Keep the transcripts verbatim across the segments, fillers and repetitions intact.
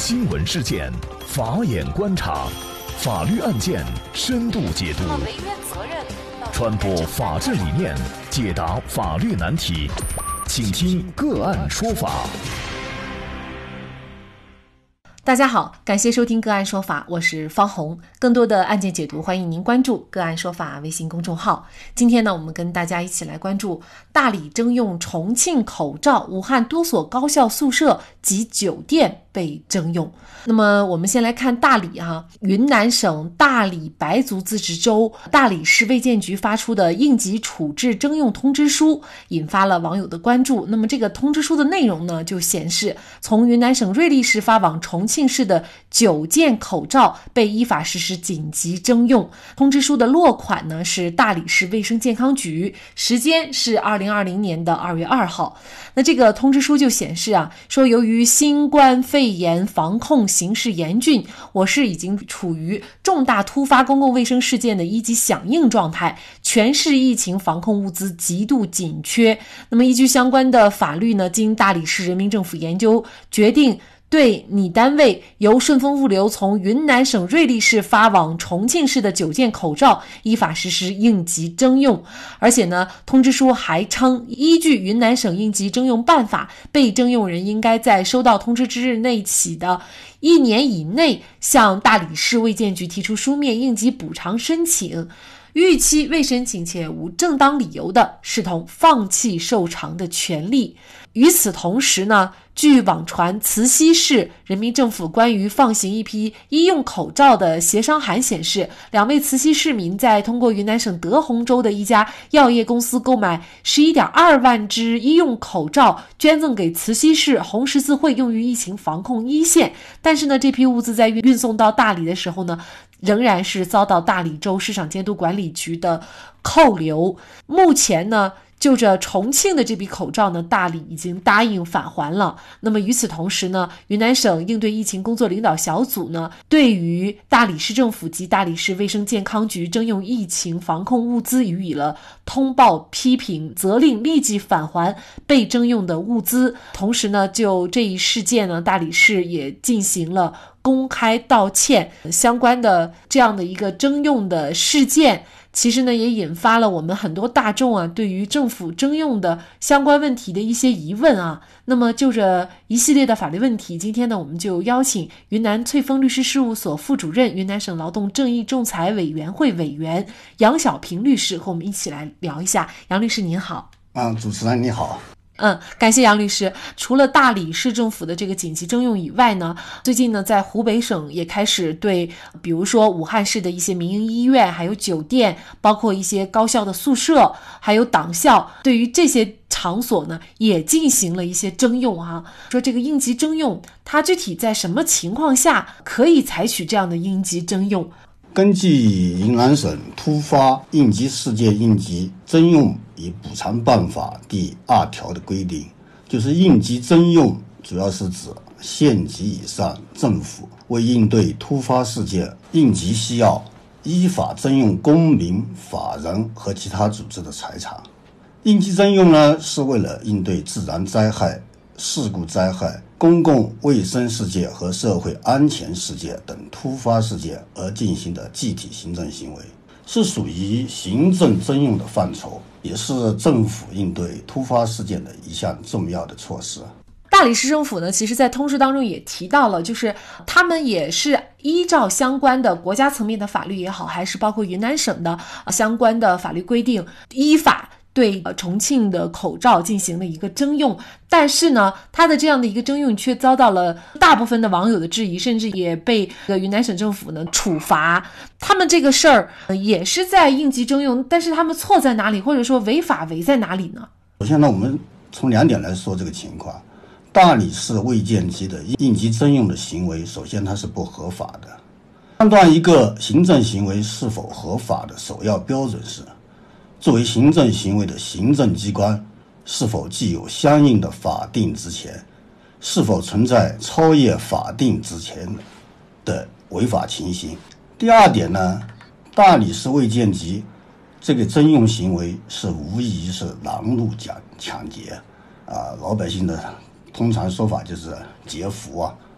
新闻事件，法眼观察，法律案件深度解读，传播法治理念，解答法律难题，请听个案说法。 大家好，感谢收听个案说法，我是方红。更多的案件解读，欢迎您关注个案说法微信公众号。今天呢，我们跟大家一起来关注大理征用重庆口罩，武汉多所高校宿舍及酒店被征用。那么我们先来看大理哈、啊，云南省大理白族自治州大理市卫健局发出的应急处置征用通知书，引发了网友的关注。那么这个通知书的内容呢，就显示从云南省瑞丽市发往重庆市的九件口罩被依法实施紧急征用。通知书的落款呢是大理市卫生健康局，时间是二零二零年的二月二号。那这个通知书就显示啊，说由于新冠肺炎防控形势严峻，我市已经处于重大突发公共卫生事件的一级响应状态，全市疫情防控物资极度紧缺。那么依据相关的法律呢，经大理市人民政府研究决定，对你单位由顺丰物流从云南省瑞丽市发往重庆市的九件口罩依法实施应急征用。而且呢，通知书还称，依据云南省应急征用办法，被征用人应该在收到通知之日内起的一年以内向大理市卫健局提出书面应急补偿申请，逾期未申请且无正当理由的，视同放弃受偿的权利。与此同时呢，据网传慈溪市人民政府关于放行一批医用口罩的协商函显示，两位慈溪市民在通过云南省德宏州的一家药业公司购买 十一点二万只医用口罩，捐赠给慈溪市红十字会用于疫情防控一线。但是呢，这批物资在运送到大理的时候呢，仍然是遭到大理州市场监督管理局的扣留。目前呢，就着重庆的这笔口罩呢，大理已经答应返还了。那么与此同时呢，云南省应对疫情工作领导小组呢，对于大理市政府及大理市卫生健康局征用疫情防控物资予以了通报批评，责令立即返还被征用的物资。同时呢，就这一事件呢，大理市也进行了公开道歉。相关的这样的一个征用的事件，其实呢，也引发了我们很多大众啊对于政府征用的相关问题的一些疑问啊。那么就这一系列的法律问题，今天呢，我们就邀请云南翠峰律师事务所副主任、云南省劳动正义仲裁委员会委员杨小平律师和我们一起来聊一下。杨律师您好。 啊，主持人你好。 嗯，感谢杨律师。除了大理市政府的这个紧急征用以外呢，最近呢，在湖北省也开始对，比如说武汉市的一些民营医院、还有酒店，包括一些高校的宿舍，还有党校，对于这些场所呢，也进行了一些征用啊。说这个应急征用，它具体在什么情况下可以采取这样的应急征用？ 根据云南省突发应急事件应急征用与补偿办法第二条的规定，就是应急征用主要是指县级以上政府为应对突发事件应急需要，依法征用公民、法人和其他组织的财产。应急征用呢，是为了应对自然灾害、事故灾害、公共卫生事件和社会安全事件等突发事件而进行的具体行政行为，是属于行政征用的范畴，也是政府应对突发事件的一项重要的措施。 大理市政府呢，其实在通知当中也提到了，就是他们也是依照相关的国家层面的法律也好，还是包括云南省的相关的法律规定，依法对重庆的口罩进行了一个征用。但是呢，他的这样的一个征用却遭到了大部分的网友的质疑，甚至也被云南省政府呢处罚。他们这个事儿也是在应急征用，但是他们错在哪里，或者说违法违在哪里呢？ 首先呢，我们从两点来说这个情况。大理市卫健局的应急征用的行为，首先它是不合法的。判断一个行政行为是否合法的首要标准是，作为行政行为的行政机关是否具有相应的法定职权，是否存在超越法定职权的违法情形。第二点呢，大理市卫健局这个征用行为是无疑是拦路抢劫啊，老百姓的通常说法就是劫富啊。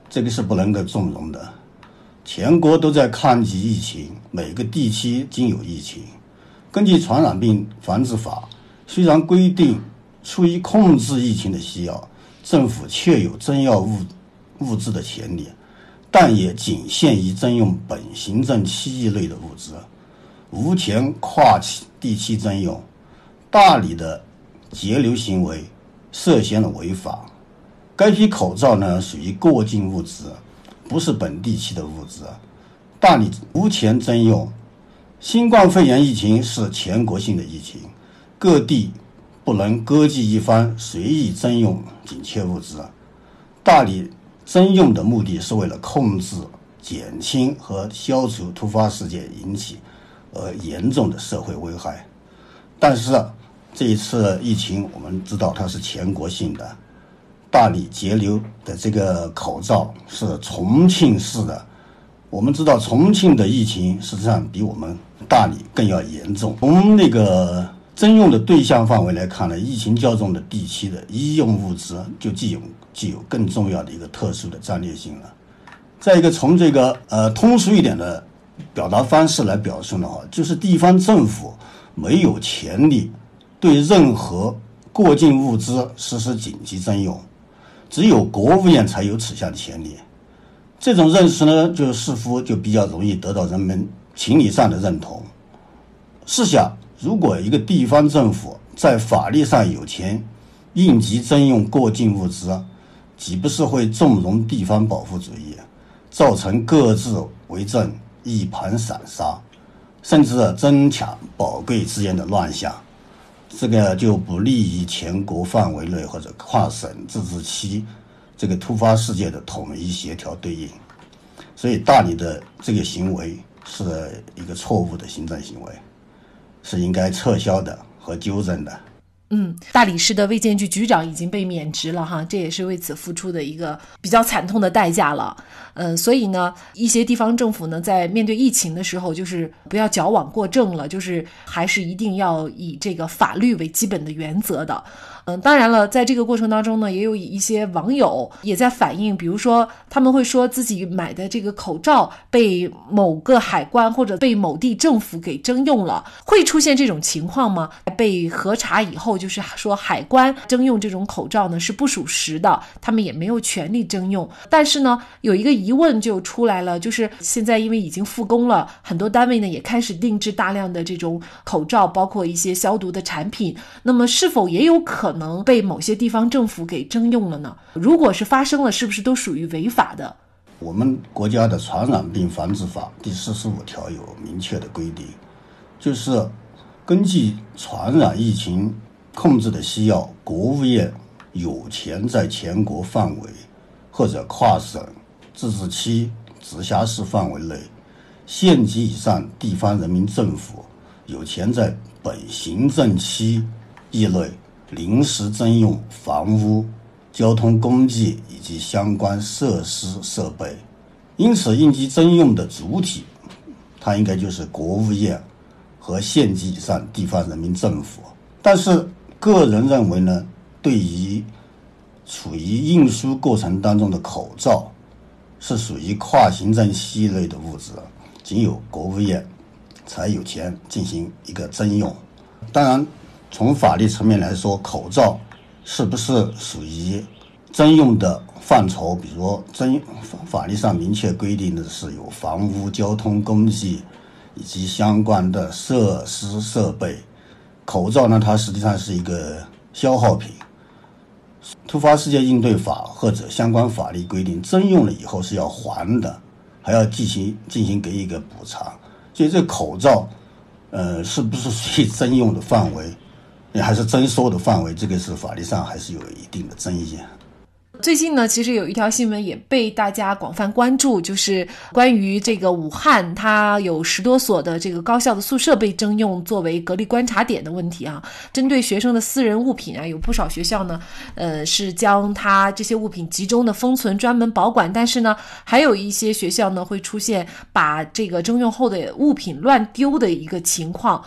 这个是不能够纵容的。全国都在抗击疫情，每个地区均有疫情。根据传染病防治法，虽然规定出于控制疫情的需要，政府确有征药物物资的权利，但也仅限于征用本行政区域内的物资，无权跨地区征用。大理的截留行为涉嫌了违法。该批口罩呢属于过境物资，不是本地区的物资，大理无权征用。新冠肺炎疫情是全国性的疫情，各地不能各据一方随意征用紧缺物资。大理征用的目的是为了控制、减轻和消除突发事件引起而严重的社会危害。但是这一次疫情我们知道它是全国性的，大理截留的这个口罩是重庆市的，我们知道重庆的疫情实际上比我们大理更要严重。从那个征用的对象范围来看呢，疫情较重的地区的医用物资就具有具有更重要的一个特殊的战略性了。再一个，从这个呃通俗一点的表达方式来表述的话，就是地方政府没有权利对任何过境物资实施紧急征用，只有国务院才有此项的权利。这种认识呢，就似乎就比较容易得到人们情理上的认同。试想，如果一个地方政府在法律上有权应急征用过境物资，岂不是会纵容地方保护主义，造成各自为政、一盘散沙，甚至争抢宝贵资源的乱象？这个就不利于全国范围内或者跨省自治区这个突发事件的统一协调对应。所以大理的这个行为是一个错误的行政行为，是应该撤销的和纠正的。 嗯，大理市的卫健局局长已经被免职了哈，这也是为此付出的一个比较惨痛的代价了。嗯，所以呢，一些地方政府呢，在面对疫情的时候，就是不要矫枉过正了，就是还是一定要以这个法律为基本的原则的。嗯，当然了，在这个过程当中呢，也有一些网友也在反映，比如说他们会说自己买的这个口罩被某个海关或者被某地政府给征用了，会出现这种情况吗？被核查以后，就是说海关征用这种口罩呢是不属实的，他们也没有权利征用。但是呢，有一个疑问就出来了，就是现在因为已经复工了，很多单位呢也开始定制大量的这种口罩，包括一些消毒的产品，那么是否也有可能能被某些地方政府给征用了呢？如果是发生了，是不是都属于违法的？ 我们国家的传染病防治法第四十五条有明确的规定，就是根据传染疫情控制的需要，国务院有权在全国范围或者跨省、自治区、直辖市范围内，县级以上地方人民政府有权在本行政区域内临时征用房屋、交通工具以及相关设施设备。因此应急征用的主体它应该就是国务院和县级以上地方人民政府。但是个人认为呢，对于处于运输过程当中的口罩是属于跨行政区域内的物质，仅有国务院才有权进行一个征用。当然从法律层面来说，口罩是不是属于征用的范畴，比如说征法律上明确规定的是有房屋、交通工具以及相关的设施设备。口罩呢，它实际上是一个消耗品，突发事件应对法或者相关法律规定，征用了以后是要还的，还要进行进行给予一个补偿。所以这口罩呃，是不是属于征用的范围还是征收的范围，这个是法律上还是有一定的争议。 最近呢，其实有一条新闻也被大家广泛关注，就是关于这个武汉，它有十多所的这个高校的宿舍被征用作为隔离观察点的问题啊。针对学生的私人物品啊，有不少学校呢，呃，是将它这些物品集中的封存，专门保管。但是呢，还有一些学校呢，会出现把这个征用后的物品乱丢的一个情况。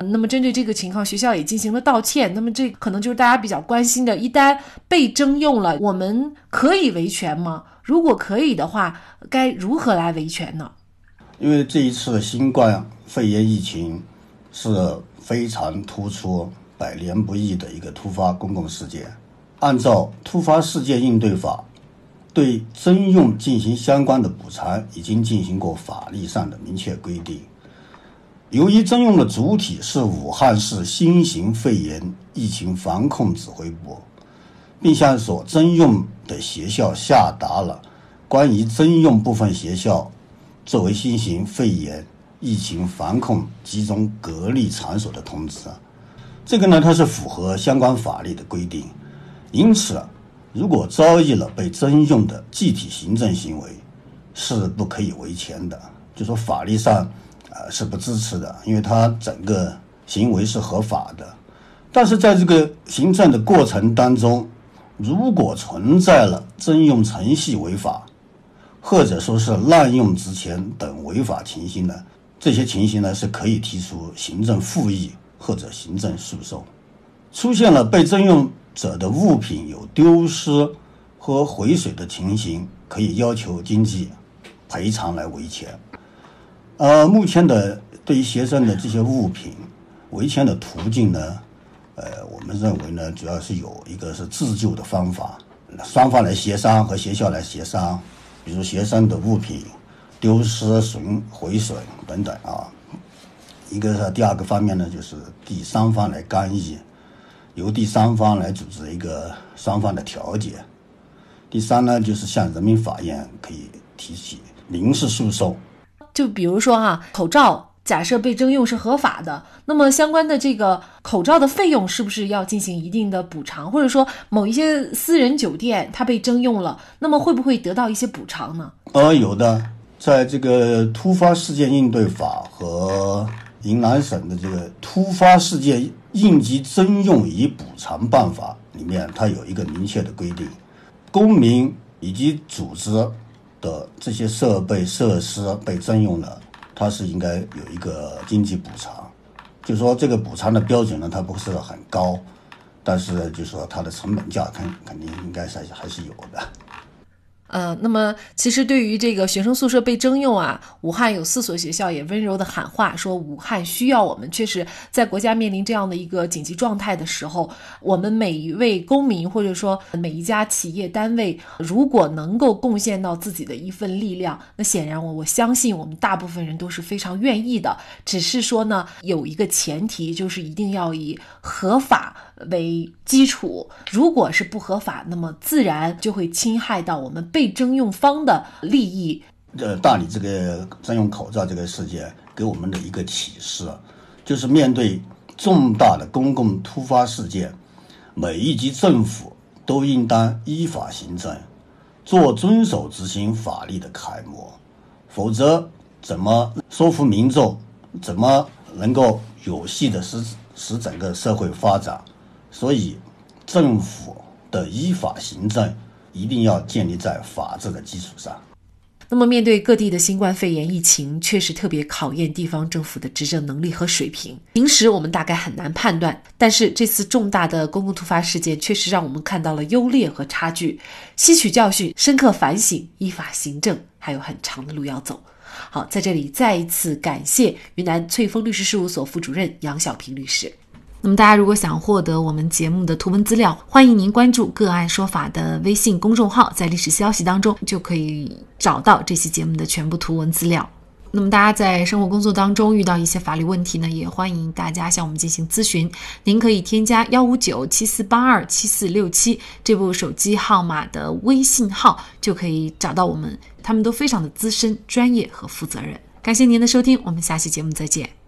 那么针对这个情况，学校也进行了道歉。那么这可能就是大家比较关心的，一旦被征用了，我们可以维权吗？如果可以的话，该如何来维权呢？ 因为这一次新冠肺炎疫情是非常突出、百年不易的一个突发公共事件。按照突发事件应对法，对征用进行相关的补偿已经进行过法律上的明确规定。由于征用的主体是武汉市新型肺炎疫情防控指挥部，并向所征用的学校下达了关于征用部分学校作为新型肺炎疫情防控集中隔离场所的通知，这个呢，它是符合相关法律的规定。因此，如果遭遇了被征用的具体行政行为，是不可以维权的，就说法律上呃是不支持的，因为它整个行为是合法的。但是在这个行政的过程当中，如果存在了征用程序违法，或者说是滥用职权等违法情形呢，这些情形呢是可以提出行政复议或者行政诉讼。出现了被征用者的物品有丢失和毁损的情形，可以要求经济赔偿来维权。呃，目前的对于学生的这些物品维权的途径呢，呃，我们认为呢，主要是有一个是自救的方法，双方来协商和学校来协商。比如学生的物品丢失、损毁损等等啊。一个是第二个方面呢，就是第三方来干预，由第三方来组织一个双方的调解。第三呢，就是向人民法院可以提起民事诉讼。 就比如说啊，口罩假设被征用是合法的，那么相关的这个口罩的费用是不是要进行一定的补偿？或者说某一些私人酒店它被征用了，那么会不会得到一些补偿呢？ 呃，有的，在这个突发事件应对法和云南省的这个突发事件应急征用与补偿办法里面，它有一个明确的规定，公民以及组织的这些设备设施被征用了，它是应该有一个经济补偿。就是说这个补偿的标准呢，它不是很高，但是就是说它的成本价肯肯定应该是还是有的。 呃，那么其实对于这个学生宿舍被征用啊，武汉有四所学校也温柔的喊话说，武汉需要我们。确实在国家面临这样的一个紧急状态的时候，我们每一位公民或者说每一家企业单位，如果能够贡献到自己的一份力量，那显然我我相信我们大部分人都是非常愿意的。只是说呢，有一个前提，就是一定要以合法为基础，如果是不合法，那么自然就会侵害到我们被征用方的利益。 呃，大理这个征用口罩这个事件给我们的一个启示，就是面对重大的公共突发事件，每一级政府都应当依法行政，做遵守执行法律的楷模，否则怎么说服民众，怎么能够有序的使使整个社会发展？所以政府的依法行政一定要建立在法治的基础上。 那么面对各地的新冠肺炎疫情，确实特别考验地方政府的执政能力和水平。平时我们大概很难判断，但是这次重大的公共突发事件确实让我们看到了优劣和差距，吸取教训，深刻反省，依法行政还有很长的路要走。好，在这里再一次感谢云南翠峰律师事务所副主任杨小平律师。那么大家如果想获得我们节目的图文资料，欢迎您关注个案说法的微信公众号，在历史消息当中就可以找到这期节目的全部图文资料。那么大家在生活工作当中遇到一些法律问题呢，也欢迎大家向我们进行咨询。您可以添加一五九七四八二七四六七这部手机号码的微信号，就可以找到我们，他们都非常的资深、专业和负责任。感谢您的收听，我们下期节目再见。